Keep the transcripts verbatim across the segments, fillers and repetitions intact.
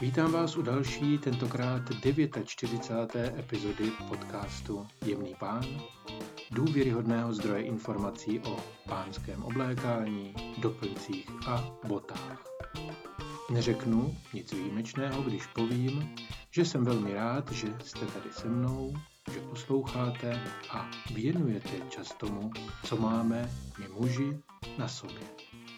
Vítám vás u další, tentokrát čtyřicáté deváté epizody podcastu Jemný pán, důvěryhodného zdroje informací o pánském oblékání, doplňcích a botách. Neřeknu nic výjimečného, když povím, že jsem velmi rád, že jste tady se mnou, že posloucháte a věnujete čas tomu, co máme my muži na sobě.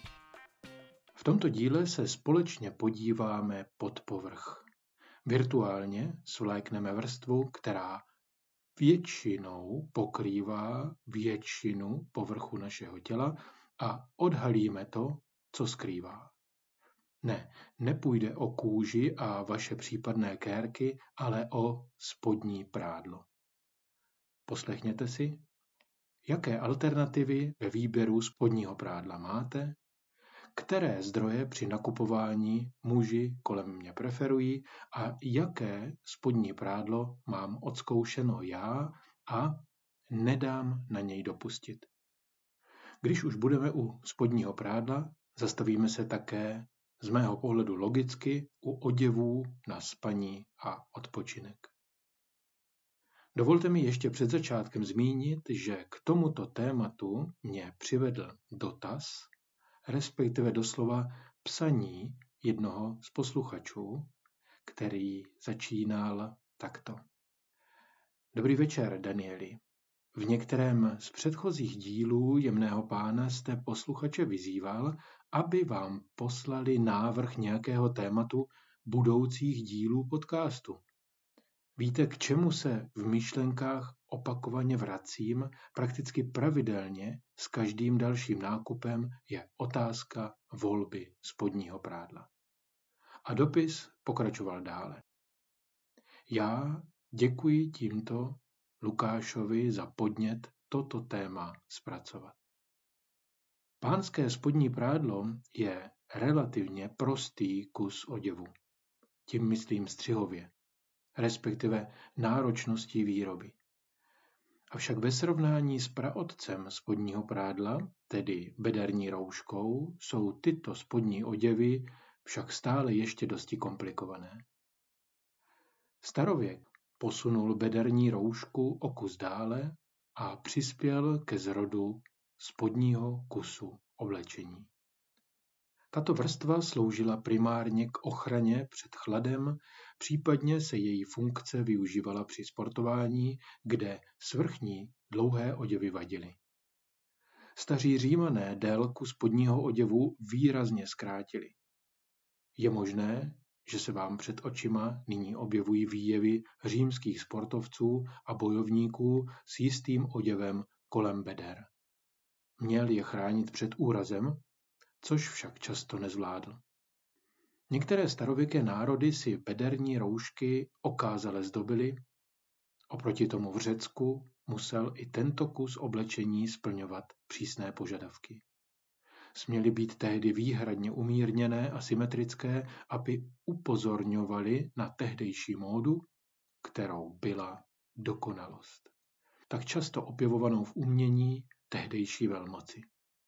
V tomto díle se společně podíváme pod povrch. Virtuálně svlékneme vrstvu, která většinou pokrývá většinu povrchu našeho těla a odhalíme to, co skrývá. Ne, nepůjde o kůži a vaše případné kérky, ale o spodní prádlo. Poslechněte si, jaké alternativy ve výběru spodního prádla máte, které zdroje při nakupování muži kolem mě preferují a jaké spodní prádlo mám odzkoušeno já a nedám na něj dopustit. Když už budeme u spodního prádla, zastavíme se také z mého pohledu logicky u oděvů na spaní a odpočinek. Dovolte mi ještě před začátkem zmínit, že k tomuto tématu mě přivedl dotaz, respektive doslova psaní jednoho z posluchačů, který začínal takto. Dobrý večer, Danieli. V některém z předchozích dílů Jemného pána jste posluchače vyzýval, aby vám poslali návrh nějakého tématu budoucích dílů podcastu. Víte, k čemu se v myšlenkách opakovaně vracím prakticky pravidelně s každým dalším nákupem je otázka volby spodního prádla. A dopis pokračoval dále. Já děkuji tímto Lukášovi za podnět toto téma zpracovat. Pánské spodní prádlo je relativně prostý kus oděvu. Tím myslím střihově, respektive náročností výroby. Avšak ve srovnání s praotcem spodního prádla, tedy bederní rouškou, jsou tyto spodní oděvy však stále ještě dosti komplikované. Starověk posunul bederní roušku o kus dále a přispěl ke zrodu spodního kusu oblečení. Tato vrstva sloužila primárně k ochraně před chladem, případně se její funkce využívala při sportování, kde svrchní dlouhé oděvy vadily. Staří Římané délku spodního oděvu výrazně zkrátili. Je možné, že se vám před očima nyní objevují výjevy římských sportovců a bojovníků s jistým oděvem kolem beder. Měl je chránit před úrazem, což však často nezvládl. Některé starověké národy si bederní roušky okázale zdobily, oproti tomu v Řecku musel i tento kus oblečení splňovat přísné požadavky. Směly být tehdy výhradně umírněné a symetrické, aby upozorňovaly na tehdejší módu, kterou byla dokonalost. Tak často opěvovanou v umění tehdejší velmoci.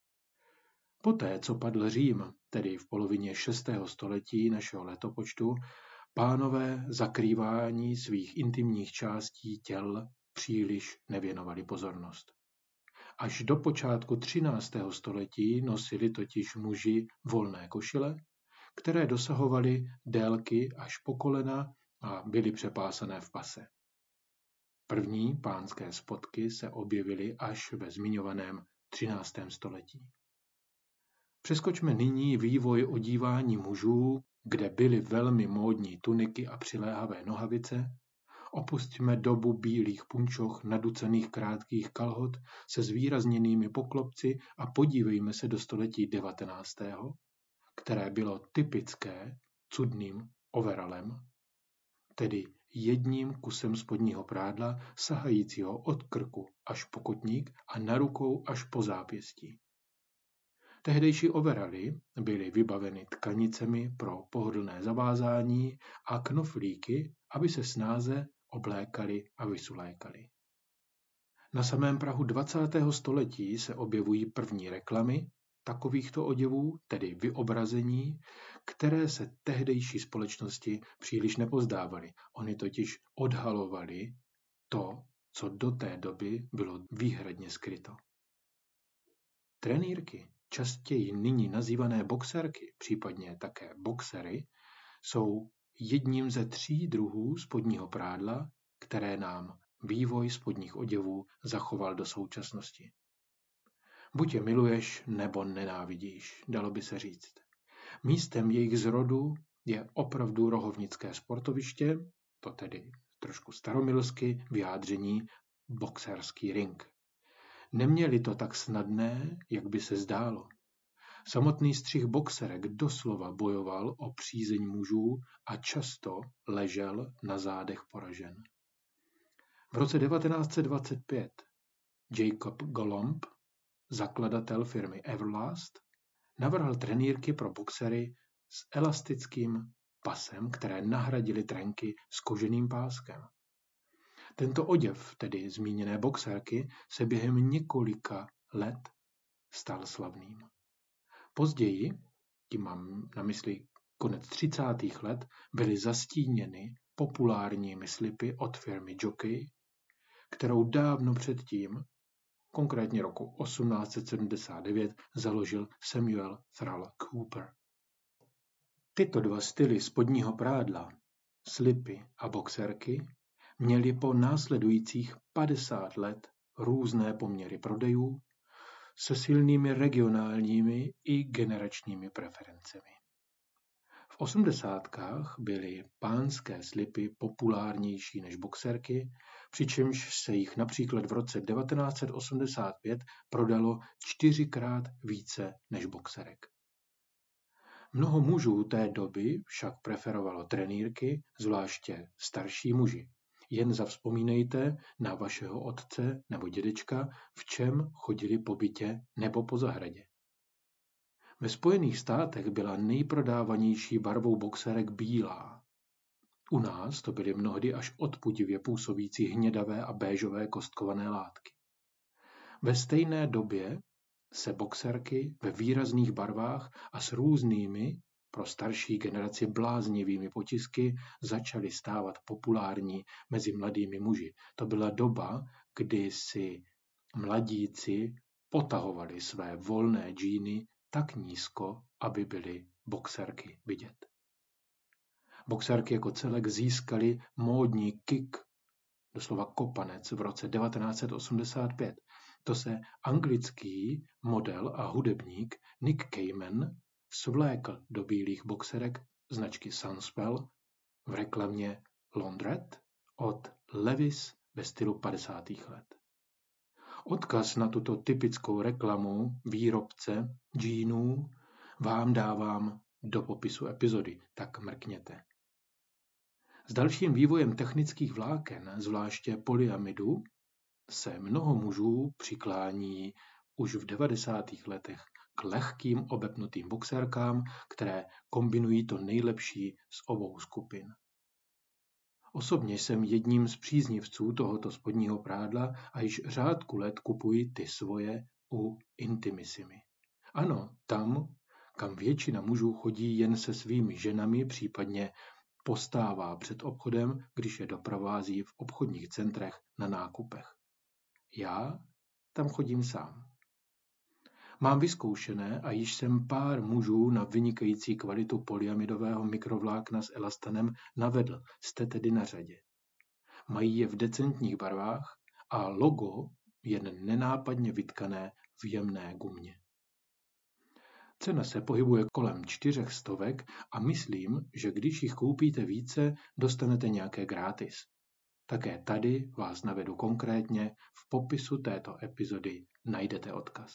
Poté, co padl Řím, tedy v polovině šestého století našeho letopočtu, pánové zakrývání svých intimních částí těl příliš nevěnovali pozornost. Až do počátku třináctého století nosili totiž muži volné košile, které dosahovaly délky až po kolena a byly přepásané v pase. První pánské spodky se objevily až ve zmiňovaném třináctém století. Přeskočme nyní vývoj odívání mužů, kde byly velmi módní tuniky a přiléhavé nohavice. Opustíme dobu bílých punčoch, naducených krátkých kalhot se zvýrazněnými poklopci a podívejme se do století devatenáctého, které bylo typické cudným overalem, tedy jedním kusem spodního prádla sahajícího od krku až po kotník a na rukou až po zápěstí. Tehdejší overaly byly vybaveny tkanicemi pro pohodlné zavázání a knoflíky, aby se snáze oblékali a vysulékali. Na samém prahu dvacátého století se objevují první reklamy, takovýchto oděvů, tedy vyobrazení, které se tehdejší společnosti příliš nepozdávaly. Oni totiž odhalovali to, co do té doby bylo výhradně skryto. Trenýrky, častěji nyní nazývané boxerky, případně také boxery, jsou jedním ze tří druhů spodního prádla, které nám vývoj spodních oděvů zachoval do současnosti. Buď je miluješ, nebo nenávidíš, dalo by se říct. Místem jejich zrodu je opravdu rohovnické sportoviště, to tedy trošku staromilsky vyjádření boxerský ring. Neměli to tak snadné, jak by se zdálo. Samotný střih boxerek doslova bojoval o přízeň mužů a často ležel na zádech poražen. V roce devatenáct set dvacet pět Jacob Golomb, zakladatel firmy Everlast, navrhl trenýrky pro boxery s elastickým pasem, které nahradily trenky s koženým páskem. Tento oděv, tedy zmíněné boxerky, se během několika let stal slavným. Později, tím mám na mysli konec třicátých let, byly zastíněny populárními slipy od firmy Jockey, kterou dávno předtím, konkrétně roku osmnáct set sedmdesát devět, založil Samuel Thrall Cooper. Tyto dva styly spodního prádla, slipy a boxerky, měly po následujících padesát let různé poměry prodejů se silnými regionálními i generačními preferencemi. V osmdesátkách byly pánské slipy populárnější než boxerky, přičemž se jich například v roce devatenáct set osmdesát pět prodalo čtyřikrát více než boxerek. Mnoho mužů té doby však preferovalo trenýrky, zvláště starší muži. Jen zavzpomínejte na vašeho otce nebo dědečka, v čem chodili po bytě nebo po zahradě. Ve Spojených státech byla nejprodávanější barvou boxerek bílá. U nás to byly mnohdy až odpudivě působící hnědavé a béžové kostkované látky. Ve stejné době se boxerky ve výrazných barvách a s různými, pro starší generaci bláznivými potisky začaly stávat populární mezi mladými muži. To byla doba, kdy si mladíci potahovali své volné džíny tak nízko, aby byly boxerky vidět. Boxerky jako celek získaly módní kick, doslova kopanec, v roce devatenáct set osmdesát pět. To se anglický model a hudebník Nick Cayman svlékl do bílých boxerek značky Sunspell v reklamě Laundrette od Levi's ve stylu padesátých let. Odkaz na tuto typickou reklamu výrobce džínů vám dávám do popisu epizody, tak mrkněte. S dalším vývojem technických vláken, zvláště polyamidu, se mnoho mužů přiklání už v devadesátých letech k lehkým obepnutým boxerkám, které kombinují to nejlepší z obou skupin. Osobně jsem jedním z příznivců tohoto spodního prádla a již řádku let kupuji ty svoje u Intimissimy. Ano, tam, kam většina mužů chodí jen se svými ženami, případně postává před obchodem, když je doprovází v obchodních centrech na nákupech. Já tam chodím sám. Mám vyzkoušené a již jsem pár mužů na vynikající kvalitu polyamidového mikrovlákna s elastanem navedl, jste tedy na řadě. Mají je v decentních barvách a logo jen nenápadně vytkané v jemné gumě. Cena se pohybuje kolem čtyřech stovek a myslím, že když jich koupíte více, dostanete nějaké gratis. Také tady vás navedu konkrétně, v popisu této epizody najdete odkaz.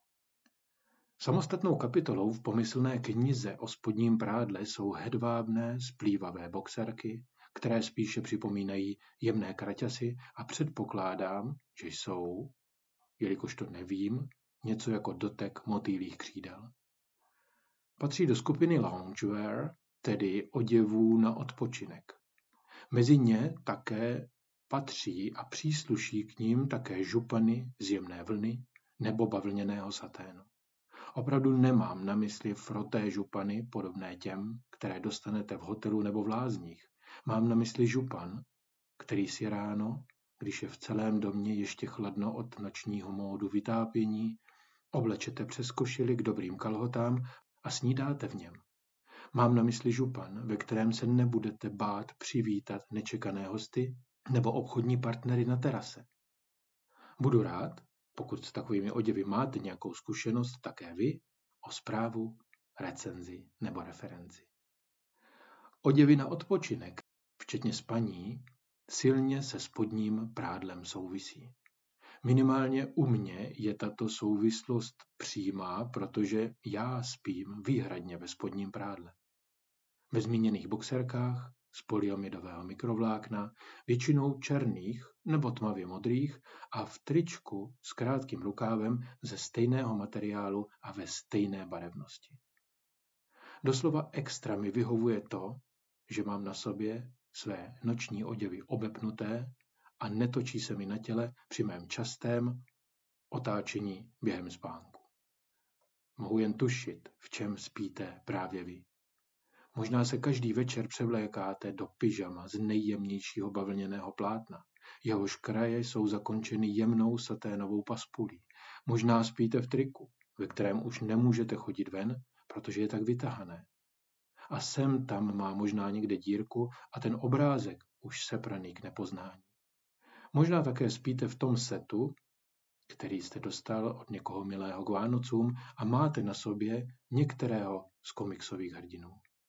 Samostatnou kapitolou v pomyslné knize o spodním prádle jsou hedvábné, splývavé boxerky, které spíše připomínají jemné kraťasy a předpokládám, že jsou, jelikož to nevím, něco jako dotek motýlích křídel. Patří do skupiny loungewear, tedy oděvů na odpočinek. Mezi ně také patří a přísluší k ním také župany z jemné vlny nebo bavlněného saténu. Opravdu nemám na mysli froté župany podobné těm, které dostanete v hotelu nebo v lázních. Mám na mysli župan, který si ráno, když je v celém domě ještě chladno od nočního módu vytápění, oblečete přes košili k dobrým kalhotám a snídáte v něm. Mám na mysli župan, ve kterém se nebudete bát přivítat nečekané hosty nebo obchodní partnery na terase. Budu rád, pokud s takovými oděvy máte nějakou zkušenost, také vy, o zprávu, recenzi nebo referenci. Oděvy na odpočinek, včetně spaní, silně se spodním prádlem souvisí. Minimálně u mě je tato souvislost přímá, protože já spím výhradně ve spodním prádle. Ve zmíněných boxerkách z polyamidového mikrovlákna, většinou černých nebo tmavě modrých a v tričku s krátkým rukávem ze stejného materiálu a ve stejné barevnosti. Doslova extra mi vyhovuje to, že mám na sobě své noční oděvy obepnuté a netočí se mi na těle při mém častém otáčení během spánku. Mohu jen tušit, v čem spíte právě vy. Možná se každý večer převlékáte do pyžama z nejjemnějšího bavlněného plátna. Jehož kraje jsou zakončeny jemnou saténovou paspulí. Možná spíte v triku, ve kterém už nemůžete chodit ven, protože je tak vytahané. A sem tam má možná někde dírku a ten obrázek už sepraný k nepoznání. Možná také spíte v tom setu, který jste dostal od někoho milého k Vánocům a máte na sobě některého z komiksových hrdinů.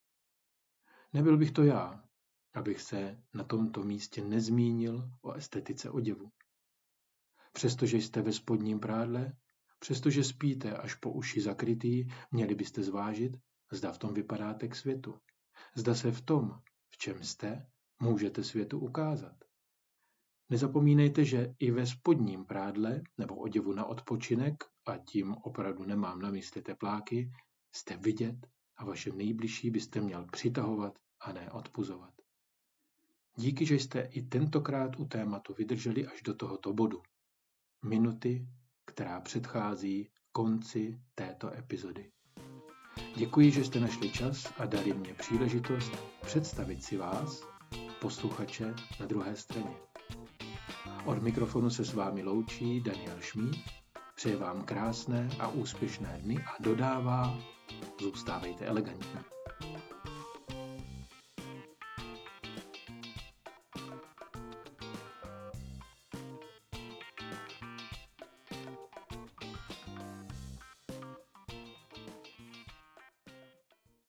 Nebyl bych to já, abych se na tomto místě nezmínil o estetice oděvu. Přestože jste ve spodním prádle, přestože spíte až po uši zakrytý, měli byste zvážit, zda v tom vypadáte k světu. Zda se v tom, v čem jste, můžete světu ukázat. Nezapomínejte, že i ve spodním prádle nebo oděvu na odpočinek, a tím opravdu nemám na mysli tepláky, jste vidět a vaše nejbližší byste měl přitahovat a ne odpuzovat. Díky, že jste i tentokrát u tématu vydrželi až do tohoto bodu. Minuty, která předchází konci této epizody. Děkuji, že jste našli čas a dali mě příležitost představit si vás, posluchače, na druhé straně. Od mikrofonu se s vámi loučí Daniel Šmíd, přeje vám krásné a úspěšné dny a dodává, zůstávejte elegantní.